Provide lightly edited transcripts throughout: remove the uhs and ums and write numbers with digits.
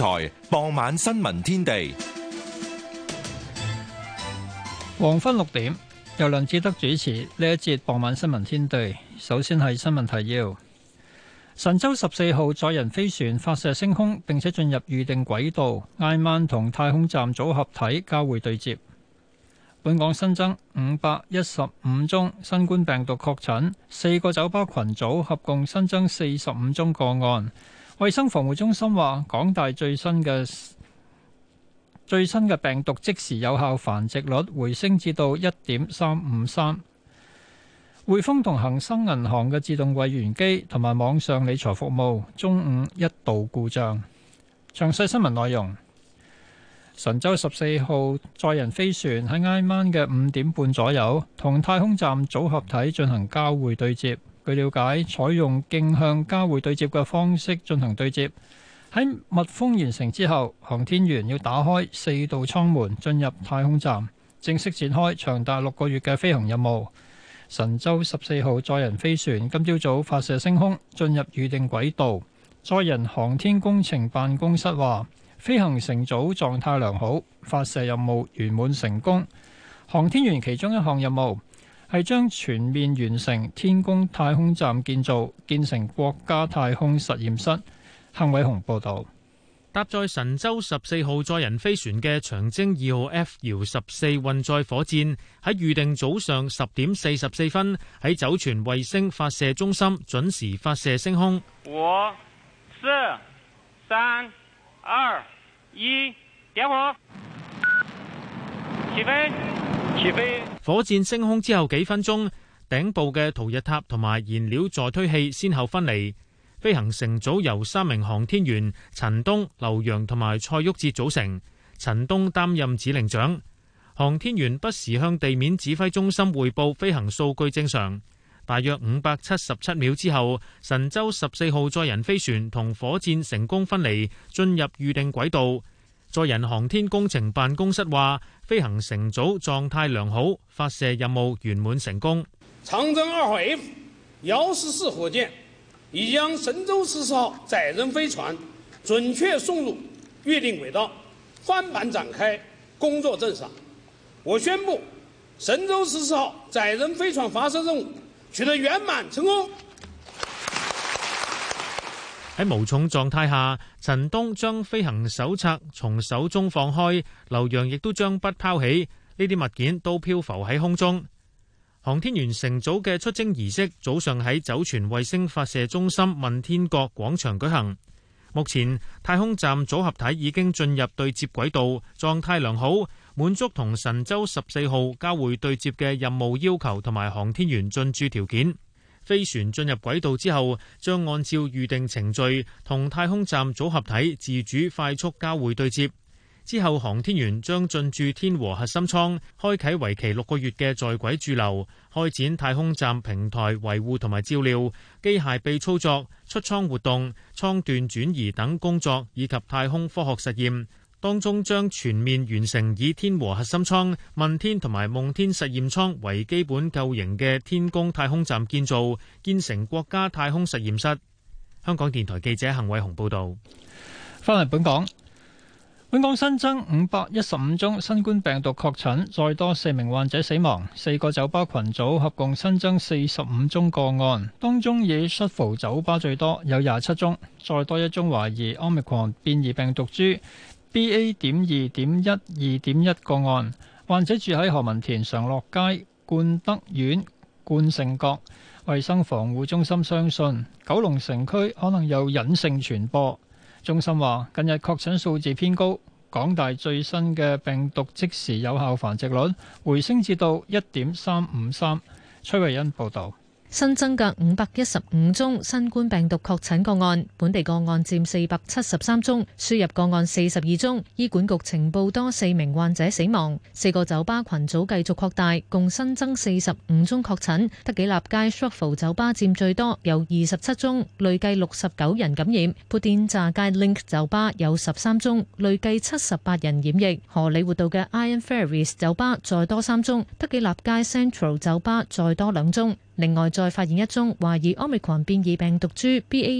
台傍晚新聞天地， 黃昏6點由梁志德主持呢一節傍晚新聞天地。首先係新聞提要：神舟14號載人飛船發射升空，並且進入預定軌道，挨晚同太空站組合體交會對接。本港新增515宗新冠病毒確診，4個酒吧群組合共新增45宗個案。衛生防護中心話，港大最新嘅病毒即時有效繁殖率回升至到 1.353。匯豐同恒生銀行嘅自動櫃員機同埋網上理財服務中午一度故障。詳細新聞內容。神舟14號載人飛船喺挨晚嘅5點半左右，同太空站組合體進行交會對接。據了解，採用徑向交會對接嘅方式進行對接。喺密封完成之後，航天員要打開4道艙門進入太空站，正式展開長達6個月嘅飛行任務。神舟14號載人飛船今朝早發射升空，進入預定軌道。載人航天工程辦公室話，飛行乘組狀態良好，發射任務圓滿成功。航天員其中一項任務係將全面完成天宮太空站建造，建成國家太空實驗室。幸偉雄報導。 搭載神舟14號載人飛船嘅長征2號 F 遙14運載火箭喺預定早上10點44分喺酒泉衛星發射中心準時發射升空。 5、4、3、2、1，點火！起飛！起飛！ 火箭升空之後幾分鐘，頂部嘅逃逸塔同埋燃料助推器先後分離。飛行乘組由3名航天員陳冬、劉洋同埋蔡旭哲組成。陳冬擔任指令長，航天員不時向地面指揮中心匯報飛行數據正常。大約577秒之後，神舟14號載人飛船同火箭成功分離，進入預定軌道。載人航天工程辦公室話，飛行乘組狀態良好，發射任務圓滿成功。 長征2號 F114火箭已將神舟14號載人飛船準確送入預定軌道，帆板展開，工作正常。我宣布，神舟14號載人飛船發射任務取得圓滿成功。 喺無重狀態下，陳冬將飛行手冊從手中放開，劉洋亦都將筆拋起，呢啲物件都漂浮喺空中。航天員乘組嘅出征儀式早上喺酒泉衛星發射中心問天閣廣場舉行。目前太空站組合體已經進入對接軌道，狀態良好，滿足同神舟14號交會對接嘅任務要求同埋航天員進駐條件。飛船進入軌道之後，將按照預定程序同太空站組合體自主快速交會對接。之後，航天員將進駐天和核心艙，開啟為期6個月嘅在軌駐留，開展太空站平台維護同埋照料、機械臂操作、出艙活動、艙段轉移等工作，以及太空科學實驗。當中將全面完成以天和核心艙、問天同埋夢天實驗艙為基本構型嘅天宮太空站建造，建成國家太空實驗室。香港電台記者幸偉雄報導。 翻嚟本港新增515宗新冠病毒確診，再多4名患者死亡。4個酒吧群組合共新增45宗個案，當中以 Shuffle 酒吧最多，有27宗。再多1宗懷疑 Omicron 變異病毒株 BA.2.12.1 個案，患者住喺何文田常樂街冠德苑冠盛閣。衛生防護中心相信九龍城區可能有隱性傳播。中心話近日確診數字偏高，港大最新嘅病毒即時有效繁殖率回升至到 1.353。崔慧欣報導。 新增嘅515宗新冠病毒確診個案，本地個案佔473宗，輸入個案42宗。醫管局呈報多4名患者死亡。4個酒吧群組繼續擴大，共新增45宗確診。德己立街 Shuffle 酒吧佔最多，有27宗，累計69人感染。砵典乍街 Link 酒吧有13宗，累計78人染疫。荷里活道嘅 Iron Fairies 酒吧再多3宗，德己立街 Central 酒吧再多2宗。 另外，再發現一宗懷疑 Omicron 變異病毒株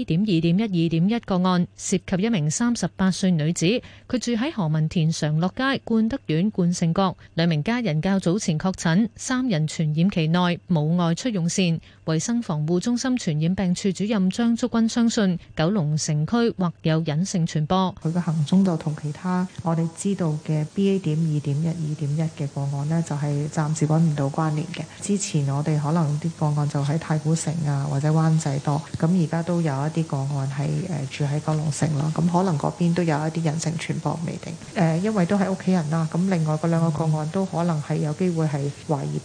BA.2.12.1 個案，涉及一名38歲女子，佢住喺何文田常樂街冠德苑冠盛閣，兩名家人較早前確診，三人傳染期內冇外出用膳。衛生防護中心傳染病處主任張竹君相信，九龍城區或有隱性傳播。 佢嘅行蹤就同其他我哋知道嘅 BA.2.12.1 嘅個案呢，就係暫時揾唔到關聯嘅。之前我哋可能啲個案就喺太古城啊或者灣仔多，咁而家都有一啲個案係住喺九龍城咯，咁可能嗰邊都有一啲隱性傳播未定。因為都係屋企人啦，咁另外嗰兩個個案都可能係有機會係懷疑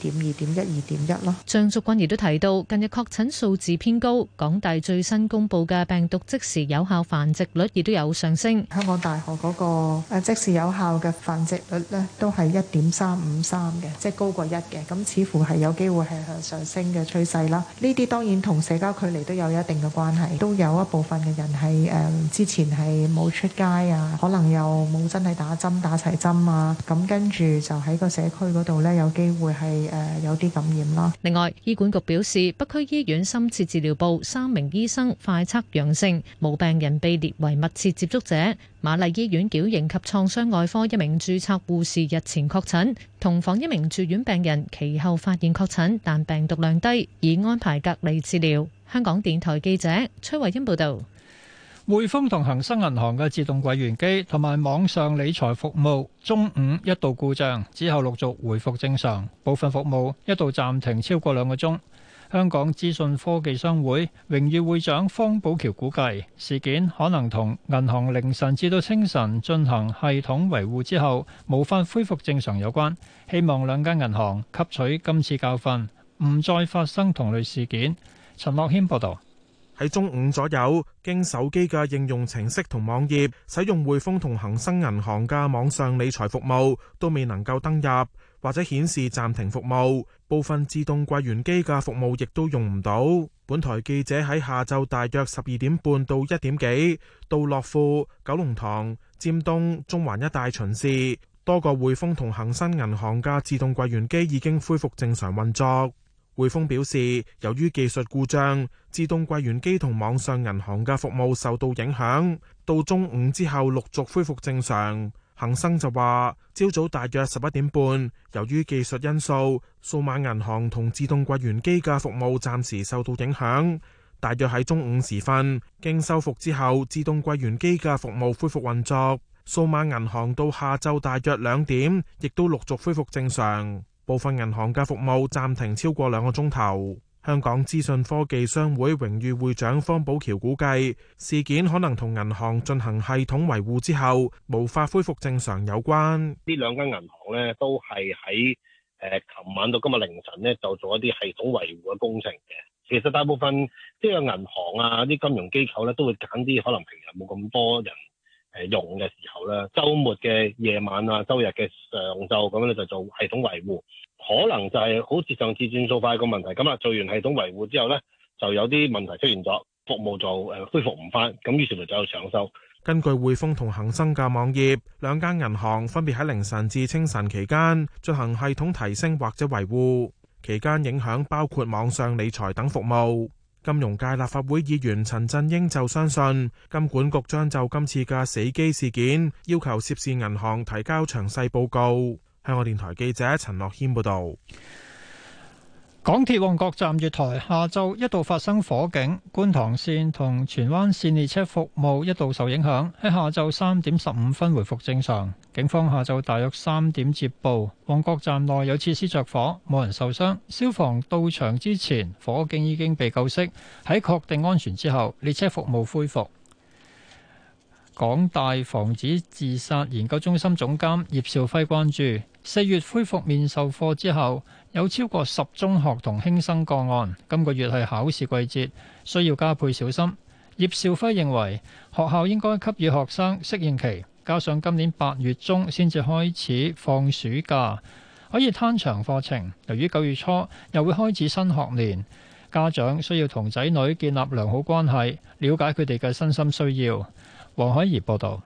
BA.2.12.1 咯。 張竹君亦都提到，近日確診數字偏高，港大最新公布嘅病毒即時有效繁殖率亦都有上升。 香港大學嗰個即時有效嘅繁殖率呢，都係1.353嘅，即係高過1嘅，咁似乎係有機會係向上升嘅趨勢啦。呢啲當然同社交距離都有一定嘅關係，都有一部分嘅人係之前係冇出街啊，可能又冇真係打齊針啊，咁跟住就喺個社區嗰度呢，有機會係有啲感染啦。 另外，醫管局表示，北區醫院深切治療部3名醫生快測陽性，冇病人被列為密切接觸者。瑪麗醫院矯形及創傷外科一名註冊護士日前確診，同房一名住院病人其後發現確診，但病毒量低，已安排隔離治療。香港電台記者崔慧欣報道。 匯豐同恒生銀行嘅自動櫃員機同埋網上理財服務中午一度故障，之後陸續回復正常，部分服務一度暫停超過2個鐘。香港資訊科技商會榮譽會長方寶橋估計，事件可能同銀行凌晨至到清晨進行系統維護之後無法恢復正常有關，希望兩間銀行吸取今次教訓，唔再發生同類事件。陳樂軒報導。 喺中午左右，經手機嘅應用程式同網頁使用匯豐同恒生銀行嘅網上理財服務都未能夠登入，或者顯示暫停服務，部分自動櫃員機嘅服務亦都用唔到。本台記者喺下晝大約12點半到1點幾到樂富、九龍塘、尖東、中環一帶巡視，多個匯豐同恒生銀行嘅自動櫃員機已經恢復正常運作。匯豐表示，由於技術故障，自動櫃員機同網上銀行嘅服務受到影響，到中午之後陸續恢復正常。恒生就話，朝早大約11點半，由於技術因素，數碼銀行同自動櫃員機嘅服務暫時受到影響。大約喺中午時分，經修復之後，自動櫃員機嘅服務恢復運作。數碼銀行到下晝大約2點，亦都陸續恢復正常。部分銀行嘅服務暫停超過2個鐘頭。香港資訊科技商會榮譽會長方寶橋估計，事件可能同銀行進行系統維護之後無法恢復正常有關。 呢兩間銀行呢都係喺琴晚到今日凌晨呢就做一啲系統維護嘅工程嘅。其實大部分即係銀行啊、啲金融機構呢都會揀啲可能平日冇咁多人用嘅時候咧，週末嘅夜晚啊、週日嘅上晝咁樣就做系統維護，可能就係好似上次轉數快個問題咁啦。做完系統維護之後呢，就有啲問題出現咗，服務就恢復唔返，咁於是就走去搶修。 根據匯豐同恒生嘅網頁，兩間銀行分別喺凌晨至清晨期間進行系統提升或者維護，期間影響包括網上理財等服務。金融界立法會議員陳振英就相信，金管局將就今次嘅死機事件要求涉事銀行提交詳細報告。香港電台記者陳樂軒報導。 港鐵旺角站月台下晝一度發生火警，觀塘線同荃灣線列車服務一度受影響，喺下晝3點15分回復正常。警方下晝大約3點接報，旺角站內有設施着火，冇人受傷。消防到場之前，火警已經被救熄。喺確定安全之後，列車服務恢復。港大防止自殺研究中心總監葉兆輝關注，4月恢復面授課之後，有超過10中學童輕生個案。今個月係考試季節，需要加倍小心。葉兆輝認為學校應該給予學生適應期，加上今年8月中先至開始放暑假，可以攤長課程。由於9月初又會開始新學年，家長需要同仔女建立良好關係，了解佢哋嘅身心需要。黃海怡報導。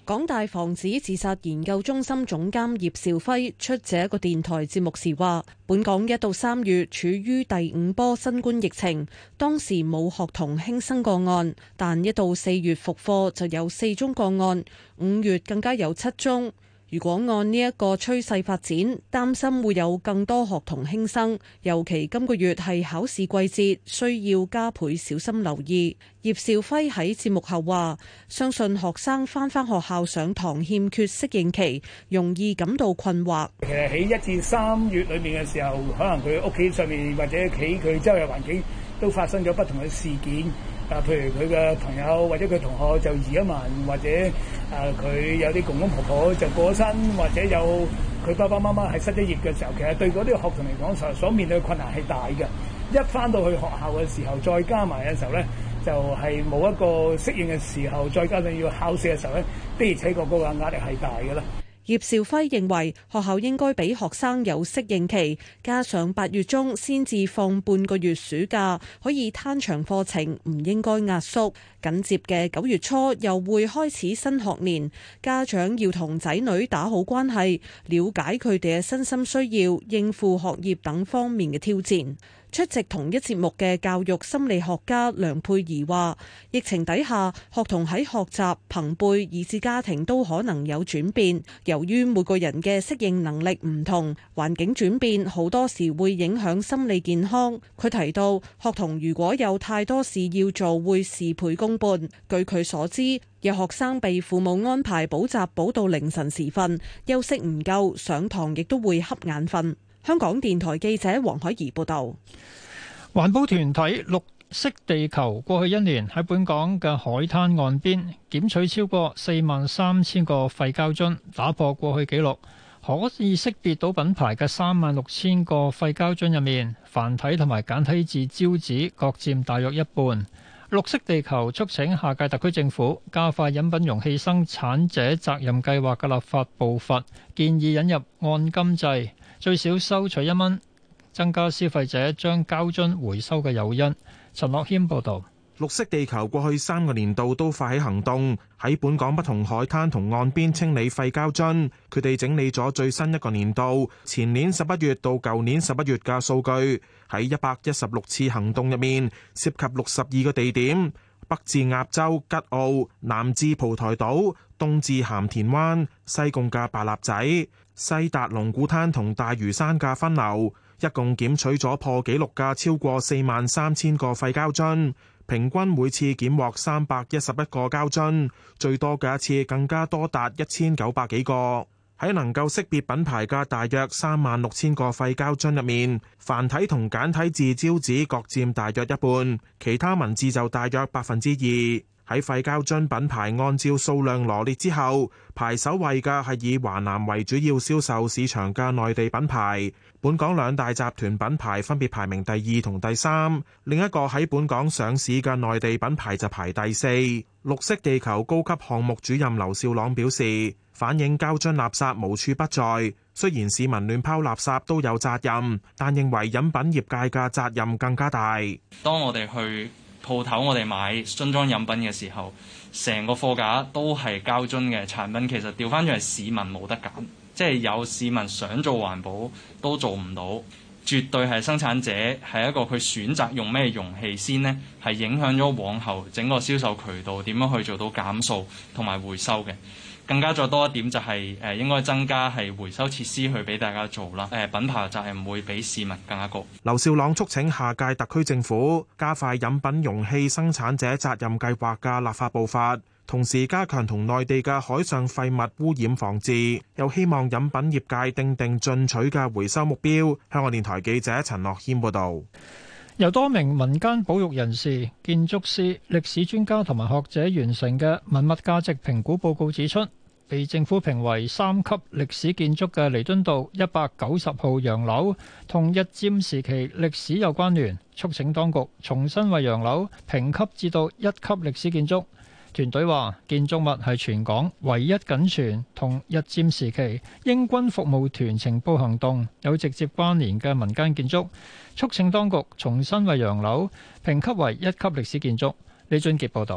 港大防止自殺研究中心總監葉兆輝出席一個電台節目時話，本港1到3月處於第5波新冠疫情，當時冇學童輕生個案，但1到4月復課就有4宗個案，5月更加有7宗。如果按呢一個趨勢發展，擔心會有更多學童輕生，尤其今個月係考試季節，需要加倍小心留意。葉兆輝喺節目後話，相信學生返學校上堂欠缺適應期，容易感到困惑。 其實喺1至3月裏面嘅時候，可能佢屋企上面或者企佢周圍環境都發生咗不同嘅事件。譬如佢嘅朋友或者佢同學就移咗民，或者佢有啲公公婆婆就過咗身，或者有佢爸爸媽媽係失咗業嘅時候，其實對嗰啲學童嚟講，所面對嘅困難係大嘅。一返到去學校嘅時候，再加埋嘅時候咧，就係冇一個適應嘅時候，再加上要考試嘅時候咧，的而且確嗰個壓力係大嘅啦。 葉兆輝認為學校應該俾學生有適應期，加上8月中先至放半個月暑假，可以攤長課程，唔應該壓縮。緊接嘅9月初又會開始新學年，家長要同仔女打好關係，了解佢哋嘅身心需要，應付學業等方面嘅挑戰。出席同一節目嘅教育心理學家梁佩儀話，疫情底下學童喺學習、朋輩以至家庭都可能有轉變，由於每個人嘅適應能力唔同，環境轉變好多時會影響心理健康。佢提到，學童如果有太多事要做，會事倍功半。據佢所知，有學生被父母安排補習補到凌晨時分，休息唔夠，上堂亦都會瞌眼瞓。香港電台記者黃海怡報道。 環保團體綠色地球過去1年喺本港嘅海灘岸邊檢取超過43,000個廢膠樽，打破過去紀錄。可以識別到品牌嘅36,000個廢膠樽入面，繁體同埋簡體字招紙各佔大約一半。綠色地球促請下屆特區政府加快飲品容器生產者責任計劃嘅立法步伐，建議引入按金制，最少收取1蚊，增加消費者將膠樽回收嘅誘因。陳樂謙報導。 綠色地球過去3個年度都發起行動，喺本港不同海灘同岸邊清理廢膠樽。佢哋整理咗最新一個年度前年11月到舊年11月嘅數據，喺116次行動入面，涉及62個地點，北至鴨洲吉澳，南至蒲台島，東至鹹田灣，西貢嘅白蠟仔，西達龍鼓灘同大嶼山嘅分流，一共檢取咗破紀錄嘅超過43,000個廢膠樽。平均每次檢獲311個膠樽，最多嘅一次更加多達1,900幾個。喺能夠識別品牌嘅大約36,000個廢膠樽入面，繁體同簡體字招紙各佔大約一半，其他文字就大約2%。喺廢膠樽品牌按照數量羅列之後，排首位嘅係以華南為主要銷售市場嘅內地品牌。本港2大集團品牌分別排名第2同第3，另一個喺本港上市嘅內地品牌就排第4。綠色地球高級項目主任劉少朗表示，反映膠樽垃圾無處不在，雖然市民亂拋垃圾都有責任，但認為飲品業界嘅責任更加大。 當我哋去鋪頭我哋買樽裝飲品嘅時候，成個貨架都係膠樽嘅產品，其實調翻轉係市民冇得揀，即係有市民想做環保都做唔到，絕對係生產者係一個佢選擇用咩容器先呢，係影響咗往後整個銷售渠道點樣去做到減數同埋回收嘅。更加再多一點就係應該增加係回收設施去俾大家做啦。品牌責任會比市民更加高。 劉少朗促請下屆特區政府加快飲品容器生產者責任計劃嘅立法步伐，同時加強同內地嘅海上廢物污染防治，又希望飲品業界訂定進取嘅回收目標。香港電台記者陳樂謙報道。 由多名民間保育人士、建築師、歷史專家同埋學者完成嘅文物價值評估報告指出，被政府評為3級歷史建築嘅彌敦道190號洋樓同日佔時期歷史有關聯，促請當局重新為洋樓評級至到1級歷史建築。團隊話，建築物係全港唯一僅存同日佔時期英軍服務團情報行動有直接關聯嘅民間建築，促請當局重新為洋樓評級為1級歷史建築。李俊傑報導。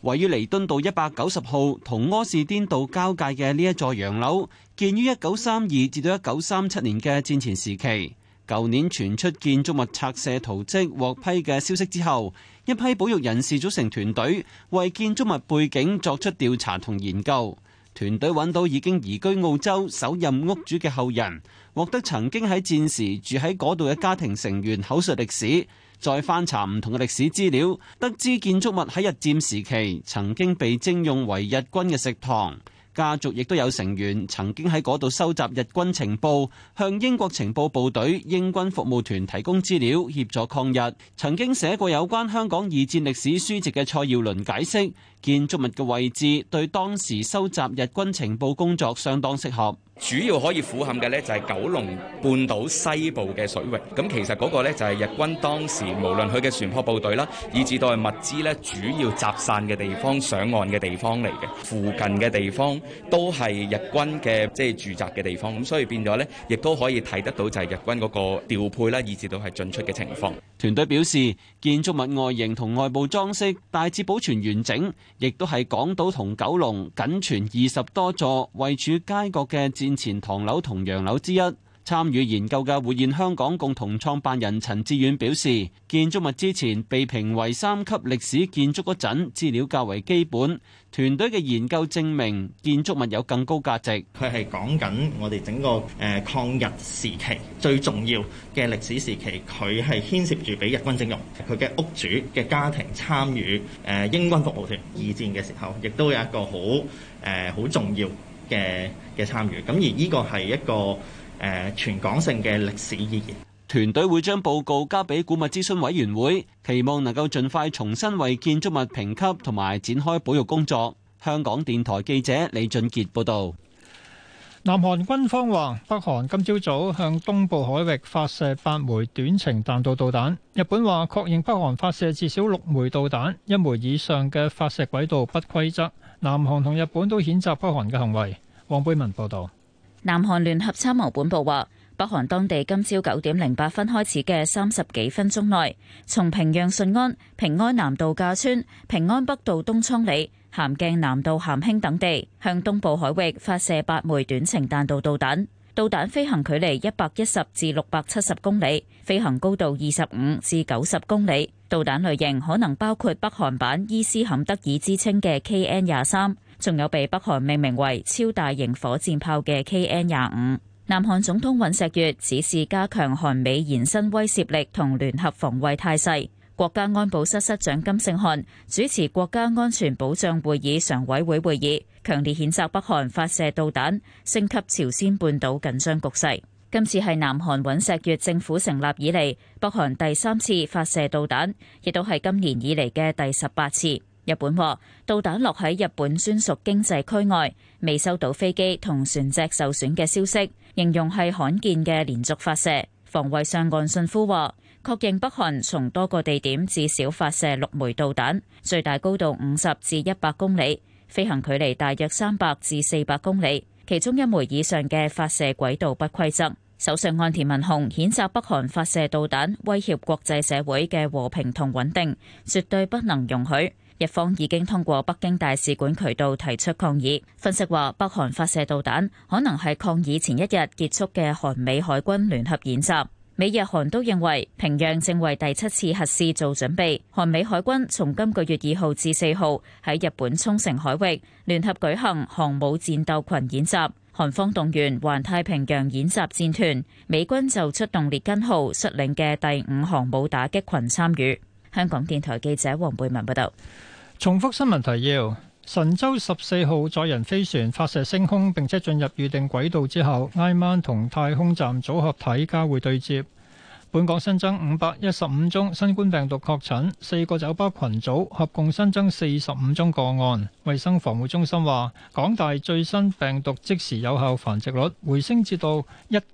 位於彌敦道190號同柯士甸道交界嘅呢一座洋樓，建於1932至到1937年嘅戰前時期。舊年傳出建築物拆卸圖則獲批嘅消息之後，一批保育人士組成團隊，為建築物背景作出調查同研究。團隊揾到已經移居澳洲首任屋主嘅後人，獲得曾經喺戰時住喺嗰度嘅家庭成員口述歷史，再翻查唔同嘅歷史資料，得知建築物喺日佔時期曾經被徵用為日軍嘅食堂。家族亦都有成員曾經喺嗰度收集日軍情報，向英國情報部隊、英軍服務團提供資料，協助抗日。曾經寫過有關香港二戰歷史書籍嘅蔡耀倫解釋，建築物嘅位置對當時收集日軍情報工作相當適合。 主要可以俯瞰嘅呢，就係九龍半島西部嘅水域。咁其實嗰個呢，就係日軍當時無論佢嘅船舶部隊啦，以至到係物資呢，主要集散嘅地方、上岸嘅地方嚟嘅。附近嘅地方都係日軍嘅住宅嘅地方。咁所以變咗呢，亦都可以睇得到就係日軍嗰個調配啦，以至到係進出嘅情況。 團隊表示，建築物外形同外部裝飾大致保存完整，亦都係港島同九龍僅存20多座位處街角嘅戰前唐樓同洋樓之一。參與研究嘅匯賢香港共同創辦人陳志遠表示，建築物之前被評為3級歷史建築嗰陣，資料較為基本。團隊嘅研究證明建築物有更高價值。 佢係講緊我哋整個抗日時期最重要嘅歷史時期，佢係牽涉住俾日軍徵用，佢嘅屋主嘅家庭參與英軍服務團二戰嘅時候，亦都有一個好重要嘅參與。咁而呢個係一個全港性嘅歷史意義。 團隊會將報告交俾古物諮詢委員會，期望能夠盡快重新為建築物評級同埋展開保育工作。香港電台記者李俊傑報導。 南韓軍方話，北韓今朝早向東部海域發射8枚短程彈道導彈。日本話確認北韓發射至少6枚導彈，1枚以上嘅發射軌道不規則。南韓同日本都譴責北韓嘅行為。黃貝文報導。 南韓聯合參謀本部話，北韓當地今朝9點08分開始嘅30幾分鐘內，從平壤順安、平安南道架村、平安北道東倉里、咸鏡南道咸興等地向東部海域發射8枚短程彈道導彈。導彈飛行距離110至670公里，飛行高度25至90公里。導彈類型可能包括北韓版伊斯坎德爾之稱嘅 KN-23，仲有被北韓命名為超大型火箭炮嘅 KN-25。南韓總統尹錫悅指示加強韓美延伸威懾力同聯合防衛態勢。國家安保室室長金聖漢主持國家安全保障會議常委會會議，強烈譴責北韓發射導彈，升級朝鮮半島緊張局勢。今次係南韓尹錫悅政府成立以嚟北韓第3次發射導彈，亦都係今年以嚟嘅第18次。日本話導彈落喺日本專屬經濟區外，未收到飛機同船隻受損嘅消息，形容係罕見嘅連續發射。防衛相岸信夫話，確認北韓從多個地點至少發射6枚導彈，最大高度50至100公里，飛行距離大約300至400公里，其中1枚以上嘅發射軌道不規則。首相岸田文雄譴責北韓發射導彈，威脅國際社會嘅和平同穩定，絕對不能容許。日方已經通過北京大使館渠道提出抗議。分析話，北韓發射導彈可能係抗議前一日結束嘅韓美海軍聯合演習。美日韓都認為平壤正為第7次核試做準備。韓美海軍從今個月2號至4號喺日本沖繩海域聯合舉行航母戰鬥群演習，韓方動員環太平洋演習戰團，美軍就出動列根號率領嘅第5航母打擊群參與。香港電台記者黃貝文報道。 重複新聞提要：神舟14號載人飛船發射升空並且進入預定軌道之後，挨晚同太空站組合體交會對接。本港新增515宗新冠病毒確診，4個酒吧群組合共新增45宗個案。衛生防護中心話，港大最新病毒即時有效繁殖率回升至到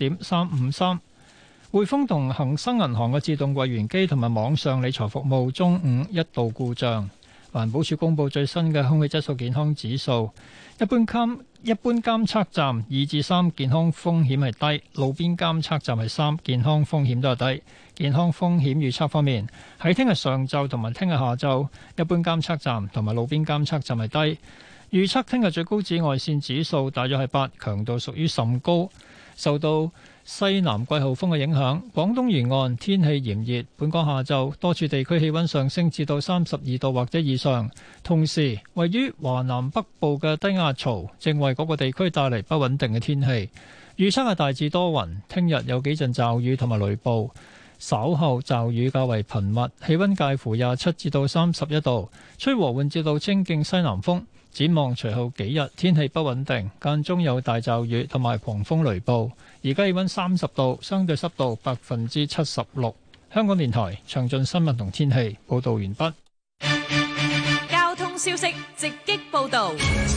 1.353。匯豐同恒生銀行嘅自動櫃員機同埋網上理財服務中午一度故障。 環保署公布最新嘅空氣質素健康指數，一般監測站2至3健康風險係低，路邊監測站係3健康風險都係低。健康風險預測方面，喺聽日上晝同埋聽日下晝，一般監測站同埋路邊監測站係低。預測聽日最高紫外線指數大約係8，強度屬於甚高。受到西南季候風嘅影響，廣東沿岸天氣炎熱，本港下晝多處地區氣溫上升至到32度或者以上。同時，位於華南北部嘅低壓槽正為嗰個地區帶嚟不穩定嘅天氣。預測係大致多雲，聽日有幾陣驟雨同埋雷暴，稍後驟雨較為頻密，氣溫介乎27至到31度，吹和緩至到清勁西南風。展望隨後幾日天氣不穩定，間中有大驟雨同埋狂風雷暴。而家氣溫30度，相對濕度76%。香港電台詳盡新聞同天氣報道完畢。 交通消息直擊報道。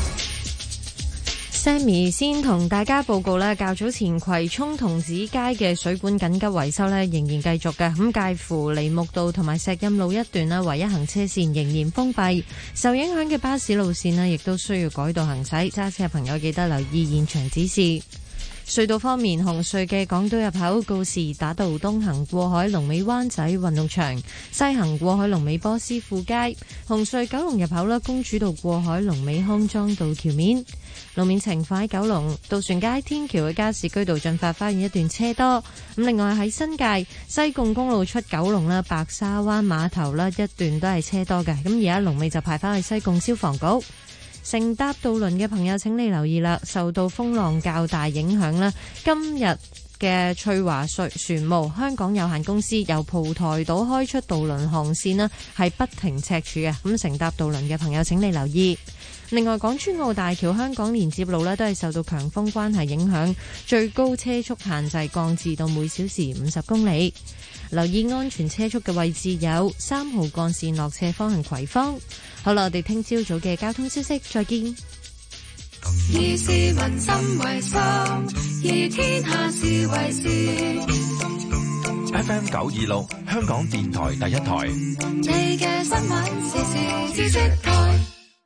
Sammy 先同大家報告咧，較早前葵涌童子街嘅水管緊急維修咧，仍然繼續嘅。咁介乎梨木道同埋石蔭路一段咧，唯一行車線仍然封閉。受影響嘅巴士路線咧，亦都需要改道行駛。揸車嘅朋友記得留意現場指示。隧道方面，紅隧嘅港島入口告士打道東行過海龍尾灣仔運動場，西行過海龍尾波斯富街。紅隧九龍入口啦，公主道過海龍尾康莊道橋面。路面情況喺九龍渡船街天橋嘅加士居道進發花園一段車多。咁另外喺新界西貢公路出九龍啦，白沙灣碼頭啦一段都係車多嘅。咁而家龍尾就排翻去西貢消防局。乘搭渡輪嘅朋友請你留意啦，受到風浪較大影響啦，今日嘅翠華船務香港有限公司由蒲台島開出渡輪航線啦，係不停赤柱嘅。咁乘搭渡輪嘅朋友請你留意。另外，港珠澳大橋香港連接路咧都係受到強風關係影響，最高車速限制降至到每小時50公里。留意安全車速嘅位置有3號幹線落斜方向葵芳。好啦，我哋聽朝早嘅交通消息，再見。 以市民心為心，以天下事為事。 FM 926，香港電台第一台。 你嘅新聞時事知識台。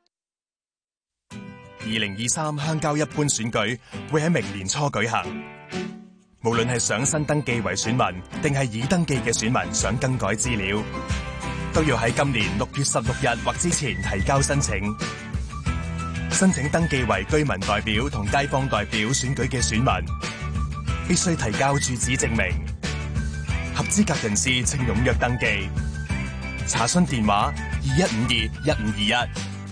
2023鄉郊一般選舉會喺明年初舉行。無論係想新登記為選民，定係已登記嘅選民想更改資料，都要喺今年6月16日或之前提交申請。申請登記為居民代表同街坊代表選舉嘅選民，必須提交住址證明。合資格人士請踴躍登記。查詢電話2152-1521。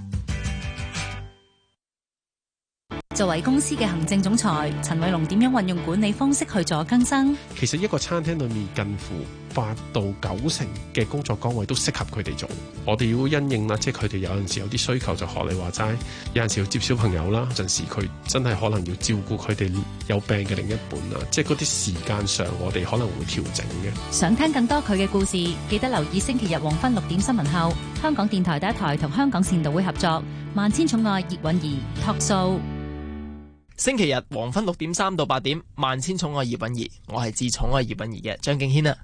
作為公司嘅行政總裁，陳偉龍點樣運用管理方式去助更生？ 其實一個餐廳裏面近乎8到9成嘅工作崗位都適合佢哋做。我哋要因應啦，即係佢哋有陣時有啲需求，就學你話齋，有陣時要接小朋友啦，有陣時佢真係可能要照顧佢哋有病嘅另一半啦，即係嗰啲時間上我哋可能會調整嘅。 想聽更多佢嘅故事，記得留意星期日黃昏6點新聞後，香港電台第一台同香港善導會合作《萬千寵愛葉韻儀》Talk Show。 星期日黃昏6點3到8點，萬千寵愛葉韻儀，我係至寵愛葉韻儀嘅張敬軒啊。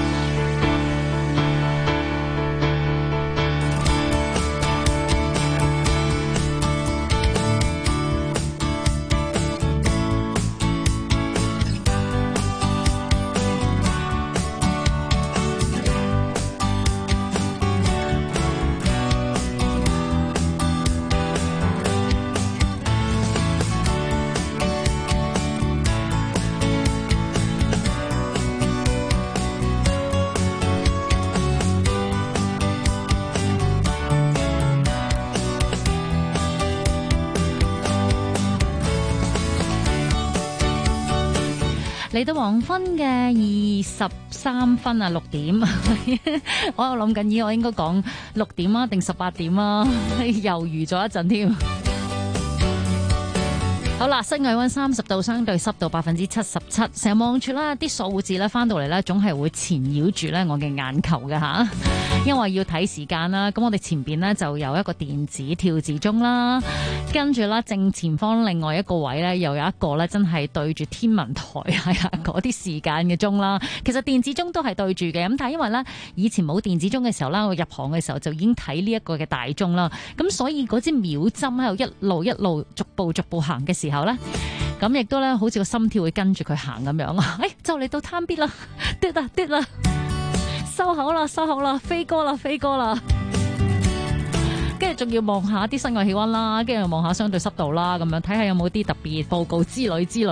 嚟到黃昏嘅23分啊，6點，我又諗緊，我應該講6點啊，定18點啊，猶豫咗一陣添。好啦，室外溫30度，相對濕度77%，成日望住啦，啲數字咧翻到嚟咧，總係會纏繞住咧我嘅眼球嘅吓。 因為要睇時間啦。咁我哋前邊呢就有一個電子跳字鐘啦，跟住啦正前方另外一個位呢，又有一個呢真係對住天文台係啊嗰啲時間嘅鐘啦。其實電子鐘都係對住嘅，咁但係因為呢以前冇電子鐘嘅時候啦，我入行嘅時候就已經睇呢一個嘅大鐘啦，咁所以嗰支秒針喺度一路逐步行嘅時候呢，咁亦都咧好似個心跳會跟住佢行咁樣啊！就嚟到攤邊啦，跌啦，收口啦，飛歌啦，跟住仲要望下啲室外氣溫啦，跟住望下相對濕度啦，咁樣睇下有冇啲特別報告之類。